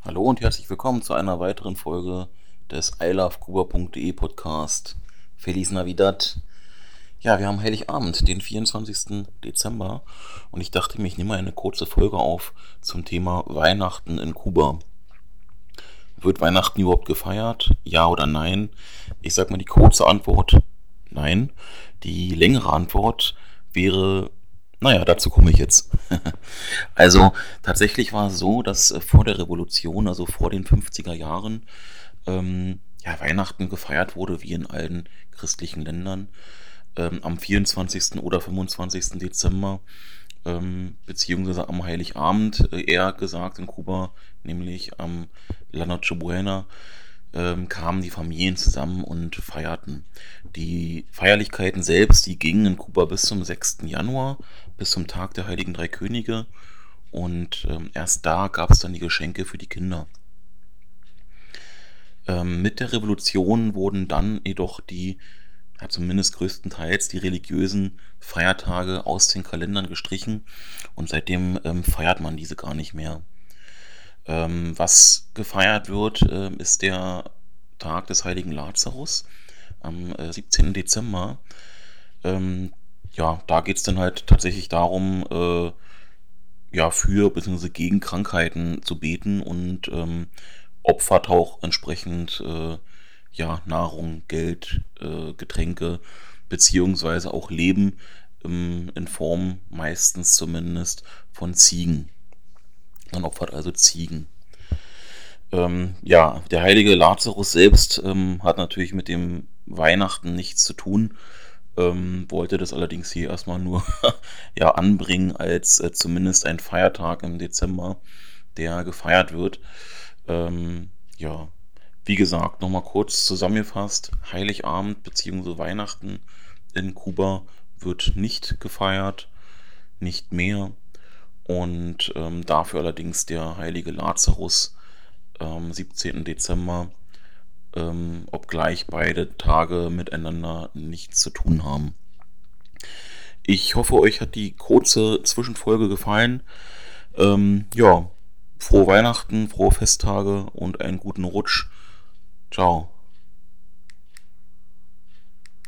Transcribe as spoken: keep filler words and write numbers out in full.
Hallo und herzlich willkommen zu einer weiteren Folge des i love kuba punkt de Podcast. Feliz Navidad. Ja, wir haben Heiligabend, den vierundzwanzigsten Dezember, und ich dachte mir, ich nehme mal eine kurze Folge auf zum Thema Weihnachten in Kuba. Wird Weihnachten überhaupt gefeiert? Ja oder nein? Ich sag mal die kurze Antwort: Nein. Die längere Antwort wäre, naja, dazu komme ich jetzt. Also tatsächlich war es so, dass äh, vor der Revolution, also vor den fünfziger Jahren, ähm, ja, Weihnachten gefeiert wurde, wie in allen christlichen Ländern, ähm, am vierundzwanzigsten oder fünfundzwanzigsten Dezember, ähm, beziehungsweise am Heiligabend, äh, eher gesagt in Kuba, nämlich am La Noche Buena, ähm, kamen die Familien zusammen und feierten. Die Feierlichkeiten selbst, die gingen in Kuba bis zum sechsten Januar, bis zum Tag der Heiligen Drei Könige, und ähm, erst da gab es dann die Geschenke für die Kinder. Ähm, mit der Revolution wurden dann jedoch die, ja, zumindest größtenteils, die religiösen Feiertage aus den Kalendern gestrichen, und seitdem ähm, feiert man diese gar nicht mehr. Ähm, was gefeiert wird, ähm, ist der Tag des heiligen Lazarus am äh, siebzehnten Dezember. Ähm, ja, da geht es dann halt tatsächlich darum, äh, ja, für bzw. gegen Krankheiten zu beten, und ähm, opfert auch entsprechend äh, ja, Nahrung, Geld, äh, Getränke, beziehungsweise auch Leben, ähm, in Form meistens zumindest von Ziegen. Man opfert also Ziegen. Ähm, ja, der heilige Lazarus selbst ähm, hat natürlich mit dem Weihnachten nichts zu tun, ähm, wollte das allerdings hier erstmal nur ja, anbringen als äh, zumindest ein Feiertag im Dezember, der gefeiert wird. Ähm, ja, wie gesagt, nochmal kurz zusammengefasst: Heiligabend bzw. Weihnachten in Kuba wird nicht gefeiert, nicht mehr. Und ähm, dafür allerdings der heilige Lazarus am siebzehnten Dezember, ähm, obgleich beide Tage miteinander nichts zu tun haben. Ich hoffe, euch hat die kurze Zwischenfolge gefallen. Ähm, ja, frohe Weihnachten, frohe Festtage und einen guten Rutsch. Ciao.